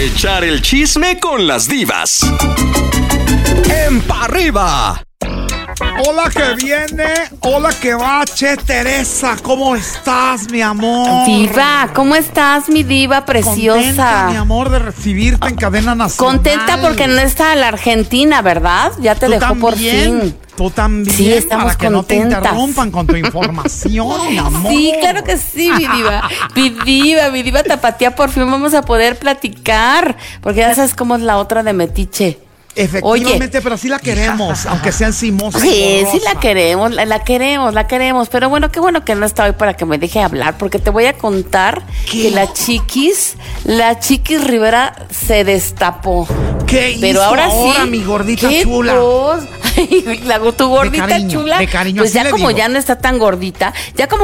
echar el chisme con las divas. ¡En pa' arriba! Hola que viene, hola que va, Che Teresa, ¿cómo estás, mi amor? Diva, ¿cómo estás, mi diva preciosa? Contenta, mi amor, de recibirte en cadena nacional. Contenta porque no está la Argentina, ¿verdad? Ya te dejó por fin. Tú también, sí, estamos para que contentas. No te interrumpan con tu información, mi amor. Sí, claro que sí, mi diva. Mi diva tapatía, por fin vamos a poder platicar, porque ya sabes cómo es la otra de metiche. Efectivamente, oye, pero sí la queremos, aunque sea encimosa. Sí, sí la queremos. Pero bueno que no está hoy para que me deje hablar, porque te voy a contar que la Chiquis Rivera se destapó. ¿Qué pero hizo ahora sí, mi gordita chula? Tu gordita chula, de cariño, pues ya como digo. ya no está tan gordita,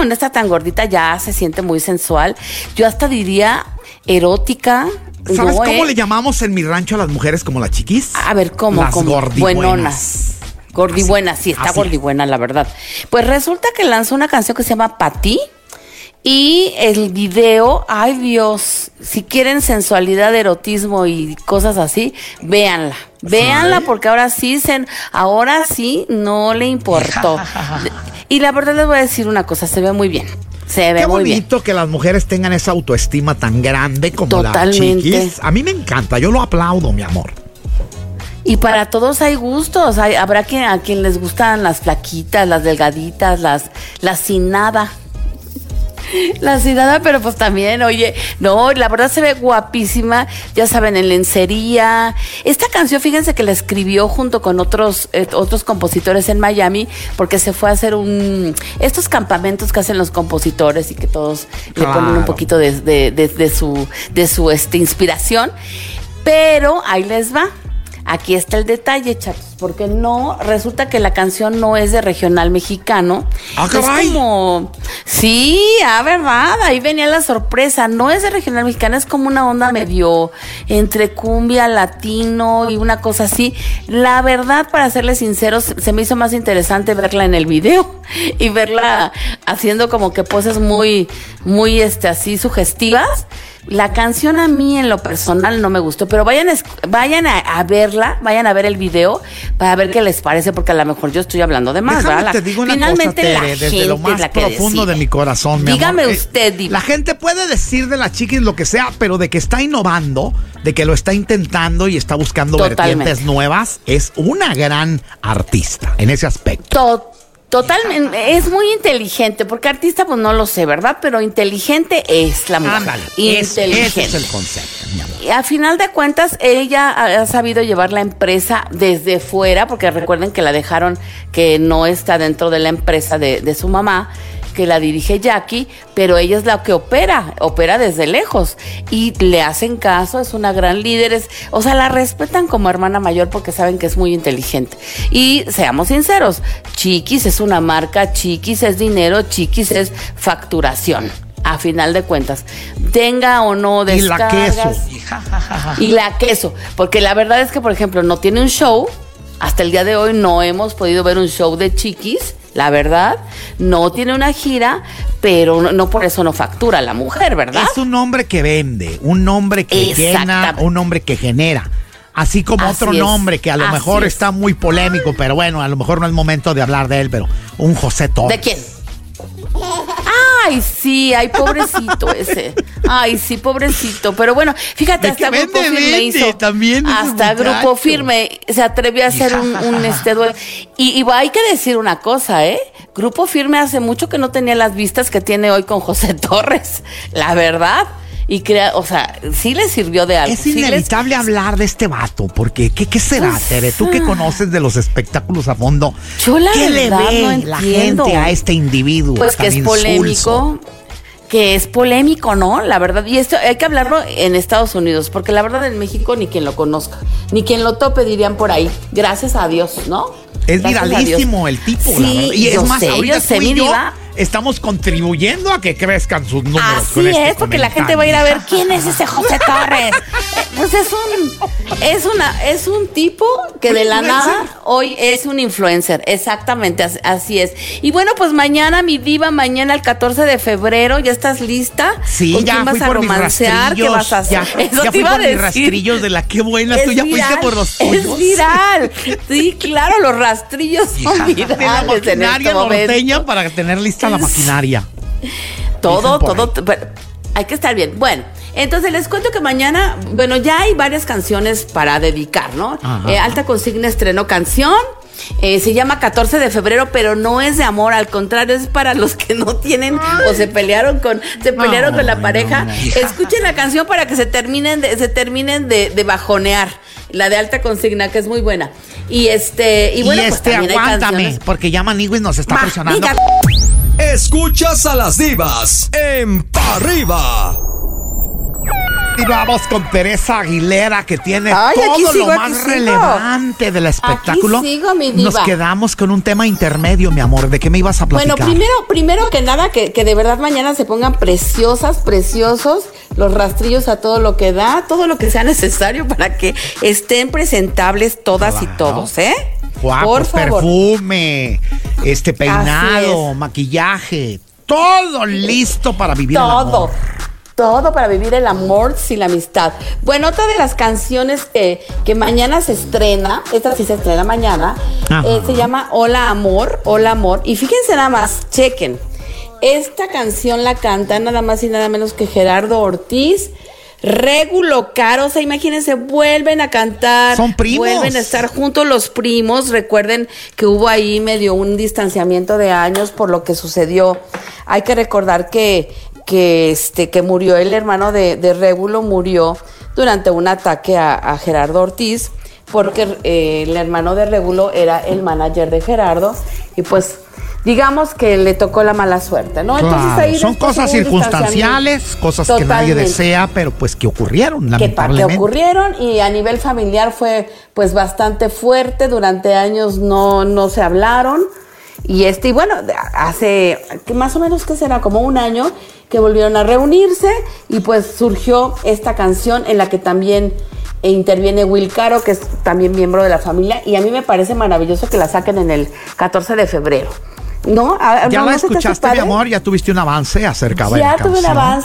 ya se siente muy sensual. Yo hasta diría erótica. ¿Sabes cómo le llamamos en mi rancho a las mujeres como las Chiquis? A ver, ¿cómo? Las gordibuenas. Gordibuena, sí, está gordibuena, la verdad. Pues resulta que lanzó una canción que se llama Pa' Ti. Y el video, ay Dios, si quieren sensualidad, erotismo y cosas así, véanla. Véanla porque ahora sí no le importó. Y la verdad les voy a decir una cosa, se ve muy bien. Se ve muy bien. Qué bonito que las mujeres tengan esa autoestima tan grande como totalmente. La Chiquis. A mí me encanta, yo lo aplaudo, mi amor. Y para todos hay gustos. Habrá a quien les gustan las flaquitas, las delgaditas, las sin nada. La ciudad, pero pues también, oye, no, la verdad se ve guapísima, ya saben, en lencería. Esta canción, fíjense que la escribió junto con otros compositores en Miami, porque se fue a hacer estos campamentos que hacen los compositores y que todos le ponen un poquito de su inspiración. Pero ahí les va. Aquí está el detalle, chatos, porque resulta que la canción no es de regional mexicano. ¡Ah, caray! Es como, sí, verdad, ahí venía la sorpresa. No es de regional mexicano, es como una onda medio entre cumbia, latino y una cosa así. La verdad, para serles sinceros, se me hizo más interesante verla en el video y verla haciendo como que poses muy, muy, así sugestivas. La canción a mí en lo personal no me gustó, pero vayan a verla, vayan a ver el video para ver qué les parece, porque a lo mejor yo estoy hablando de más, ¿verdad? Te digo una finalmente cosa, la Tere, desde gente lo más es la que profundo decide. De mi corazón, mi Dígame amor. usted, Diva. La gente puede decir de la Chiquis lo que sea, pero de que está innovando, de que lo está intentando y está buscando vertientes nuevas, es una gran artista en ese aspecto. Totalmente, es muy inteligente, porque artista pues no lo sé, ¿verdad? Pero inteligente es la mujer. Inteligente. Ese es el concepto, mi amor. Y a final de cuentas, ella ha sabido llevar la empresa desde fuera, porque recuerden que la dejaron, que no está dentro de la empresa de su mamá, que la dirige Jackie, pero ella es la que opera desde lejos y le hacen caso, es una gran líder, la respetan como hermana mayor porque saben que es muy inteligente. Y seamos sinceros, Chiquis es una marca, Chiquis es dinero, Chiquis es facturación. A final de cuentas, tenga o no descargas. Y la queso, porque la verdad es que, por ejemplo, no tiene un show. Hasta el día de hoy no hemos podido ver un show de Chiquis, la verdad. No tiene una gira, pero no por eso no factura la mujer, ¿verdad? Es un hombre que vende, un hombre que llena, un hombre que genera. Así como otro nombre que a lo mejor está muy polémico, pero bueno, a lo mejor no es momento de hablar de él, pero un José Torres. ¿De quién? Ay, sí, ay, pobrecito ese. Ay, sí, pobrecito. Pero bueno, fíjate, hasta Grupo Firme hizo. También hasta Grupo Firme se atrevió a hacer un duelo. Y hay que decir una cosa, Grupo Firme hace mucho que no tenía las vistas que tiene hoy con José Torres. La verdad. Y sí le sirvió de algo. Es inevitable hablar de este vato, porque ¿qué será, Tere? Tú que conoces de los espectáculos a fondo, yo la ¿qué verdad le ve no entiendo. La gente a este individuo? Pues que es polémico. Que es polémico, ¿no? La verdad, y esto hay que hablarlo en Estados Unidos, porque la verdad en México ni quien lo conozca, ni quien lo tope, dirían por ahí. Gracias a Dios, ¿no? Es viralísimo el tipo, sí, la verdad. Y es más, ahorita tú y yo estamos contribuyendo a que crezcan sus números. Así es, porque la gente va a ir a ver quién es ese José Torres. Pues es un tipo que de la nada hoy es un influencer, exactamente, así es. Y bueno, pues mañana, mi diva, mañana el 14 de febrero, ¿ya estás lista? Sí, ¿Con ya quién vas fui a por romancear? mis ¿Qué vas a hacer? Eso ya fui por mis rastrillos de la qué buena, tú ya fuiste por los tuyos. Es viral, sí, claro, los rastrillos son virales. De la maquinaria norteña para tener lista la maquinaria. Todo, hay que estar bien. Bueno, entonces les cuento que mañana, bueno, ya hay varias canciones para dedicar, ¿no? Alta Consigna estrenó canción. Se llama 14 de febrero, pero no es de amor, al contrario, es para los que no tienen o se pelearon con la pareja. Escuchen la canción para que se terminen de bajonear. La de Alta Consigna, que es muy buena. Y bueno, pues también aguántame, hay canciones. porque ya Maniguis nos está presionando. Escuchas a las divas en Pa' Arriba. Y vamos con Teresa Aguilera, que tiene todo lo más relevante del espectáculo. Aquí sigo, mi diva. Nos quedamos con un tema intermedio, mi amor. ¿De qué me ibas a platicar? Bueno, primero que nada, que de verdad mañana se pongan preciosos los rastrillos a todo lo que da, todo lo que sea necesario para que estén presentables todas y todos, ¿eh? Guapos, por favor. Perfume, peinado, maquillaje, todo listo para vivir el amor. Todo para vivir el amor y la amistad. Bueno, otra de las canciones que mañana se estrena, esta sí se estrena mañana, se llama Hola Amor, Hola Amor. Y fíjense nada más, chequen. Esta canción la canta nada más y nada menos que Gerardo Ortiz, Régulo Caro, o sea, imagínense, vuelven a cantar. Son primos. Vuelven a estar juntos los primos. Recuerden que hubo ahí medio un distanciamiento de años por lo que sucedió. Hay que recordar que murió el hermano de Régulo, murió durante un ataque a Gerardo Ortiz, porque el hermano de Régulo era el manager de Gerardo, y pues digamos que le tocó la mala suerte, ¿no? Claro, entonces ahí son cosas circunstanciales, cosas que nadie desea, pero pues que ocurrieron, lamentablemente. Que ocurrieron, y a nivel familiar fue pues bastante fuerte. Durante años no se hablaron. Y bueno, hace más o menos, ¿qué será? Como un año que volvieron a reunirse, y pues surgió esta canción en la que también interviene Will Caro, que es también miembro de la familia, y a mí me parece maravilloso que la saquen en el 14 de febrero. ¿No? ¿Ya la escuchaste, mi amor? ¿Ya tuviste un avance acerca de la canción?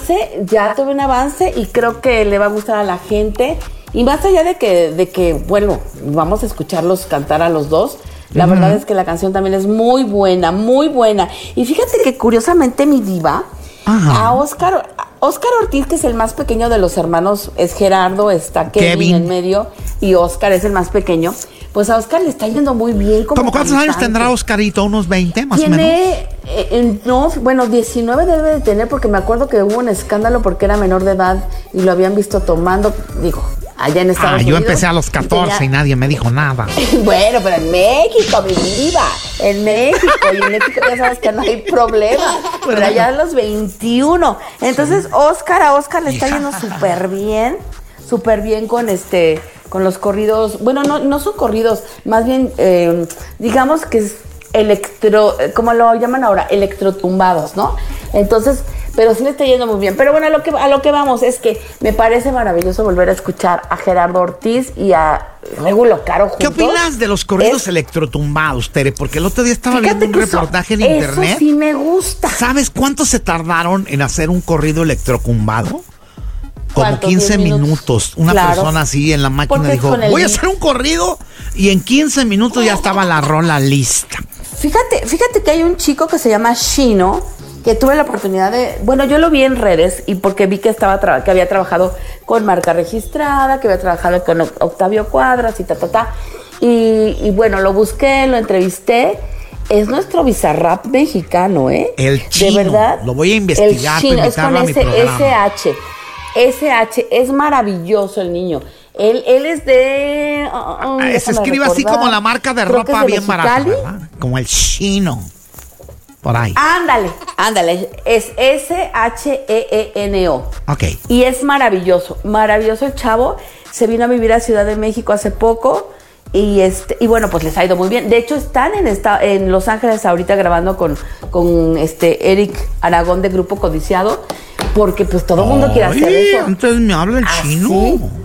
Ya tuve un avance y creo que le va a gustar a la gente. Y más allá de que bueno, vamos a escucharlos cantar a los dos. La verdad es que la canción también es muy buena, muy buena. Y fíjate que curiosamente, mi diva, a Óscar Ortiz, que es el más pequeño de los hermanos, es Gerardo, está Kevin en medio, y Óscar es el más pequeño. Pues a Óscar le está yendo muy bien. ¿Cómo cuántos años tendrá Oscarito? ¿Unos 20 más o menos? No, bueno, 19 debe de tener, porque me acuerdo que hubo un escándalo porque era menor de edad y lo habían visto tomando, digo, allá en Estados Unidos. Yo empecé a los 14 y nadie me dijo nada. Bueno, pero en México, mi diva, en México ya sabes que no hay problema, pero allá a los 21. Entonces, a Óscar le está yendo súper bien con los corridos. Bueno, no son corridos, más bien, digamos que es como lo llaman ahora, electrotumbados, ¿no? Entonces, pero sí le está yendo muy bien. Pero bueno, a lo que vamos es que me parece maravilloso volver a escuchar a Gerardo Ortiz y a Régulo Caro juntos. ¿Qué opinas de los corridos electrotumbados, Tere? Porque el otro día estaba viendo un reportaje en internet. Eso sí me gusta. ¿Sabes cuánto se tardaron en hacer un corrido electrotumbado? Como 15 minutos. Una persona así en la máquina dijo, voy a hacer un corrido, y en 15 minutos ya estaba la rola lista. Fíjate que hay un chico que se llama Shino, que tuve la oportunidad bueno, yo lo vi en redes, y porque vi que que había trabajado con Marca Registrada, que había trabajado con Octavio Cuadras y y bueno, lo busqué, lo entrevisté. Es nuestro Bizarrap mexicano, ¿eh? El Chino. De verdad. Lo voy a investigar. El Chino, es con SH, es maravilloso el niño. Él es de... se escribe así como la marca de ropa bien barata, ¿verdad? Como el Chino. Por ahí. Ándale. Es SHEENO. Ok. Y es maravilloso el chavo. Se vino a vivir a Ciudad de México hace poco. Y bueno, pues les ha ido muy bien. De hecho, están en Los Ángeles ahorita grabando con Eric Aragón de Grupo Codiciado, porque pues todo el mundo quiere hacer eso. Entonces me habla el Chino.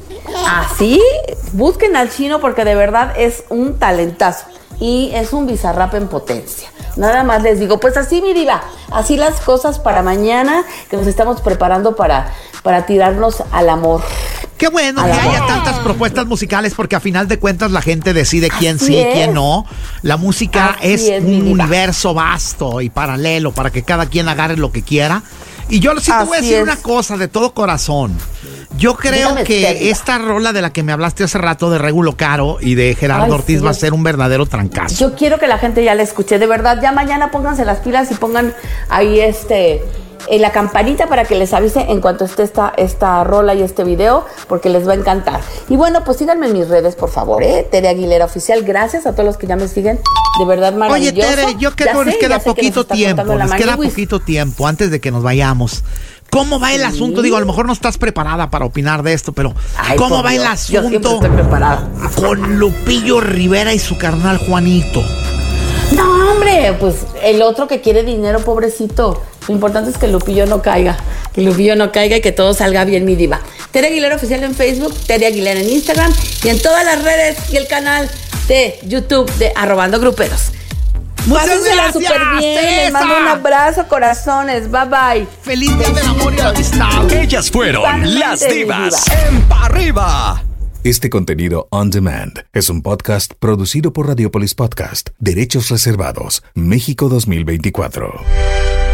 Así, busquen al Chino porque de verdad es un talentazo y es un Bizarrap en potencia. Nada más les digo, pues así mi diva, así las cosas para mañana que nos estamos preparando para tirarnos al amor. Qué bueno que haya tantas propuestas musicales porque a final de cuentas la gente decide quién sí y quién no. La música es un universo vasto y paralelo para que cada quien agarre lo que quiera. Y yo sí te voy a decir una cosa de todo corazón. Yo creo que esta rola de la que me hablaste hace rato de Regulo Caro y de Gerardo Ortiz va a ser un verdadero trancazo. Yo quiero que la gente ya la escuche, de verdad. Ya mañana pónganse las pilas y pongan ahí la campanita para que les avise en cuanto esté esta rola y este video, porque les va a encantar. Y bueno, pues síganme en mis redes, por favor, Tere Aguilera Oficial. Gracias a todos los que ya me siguen. De verdad, maravilloso. Oye, Tere, nos queda poquito tiempo antes de que nos vayamos. ¿Cómo va el asunto? Digo, a lo mejor no estás preparada para opinar de esto, pero ¿cómo va el asunto? Yo siempre estoy preparada. Con Lupillo Rivera y su carnal Juanito. No, hombre, pues el otro que quiere dinero, pobrecito. Lo importante es que Lupillo no caiga. Que Lupillo no caiga y que todo salga bien, mi diva. Tere Aguilera Oficial en Facebook, Tere Aguilera en Instagram y en todas las redes y el canal de YouTube de Arrobando Gruperos. Pásensela súper bien. Les mando un abrazo, corazones. Bye, bye. Feliz día del amor y la amistad. Ellas fueron las divas en Pa' Arriba. Este contenido on demand es un podcast producido por Radiopolis Podcast. Derechos reservados. México 2024.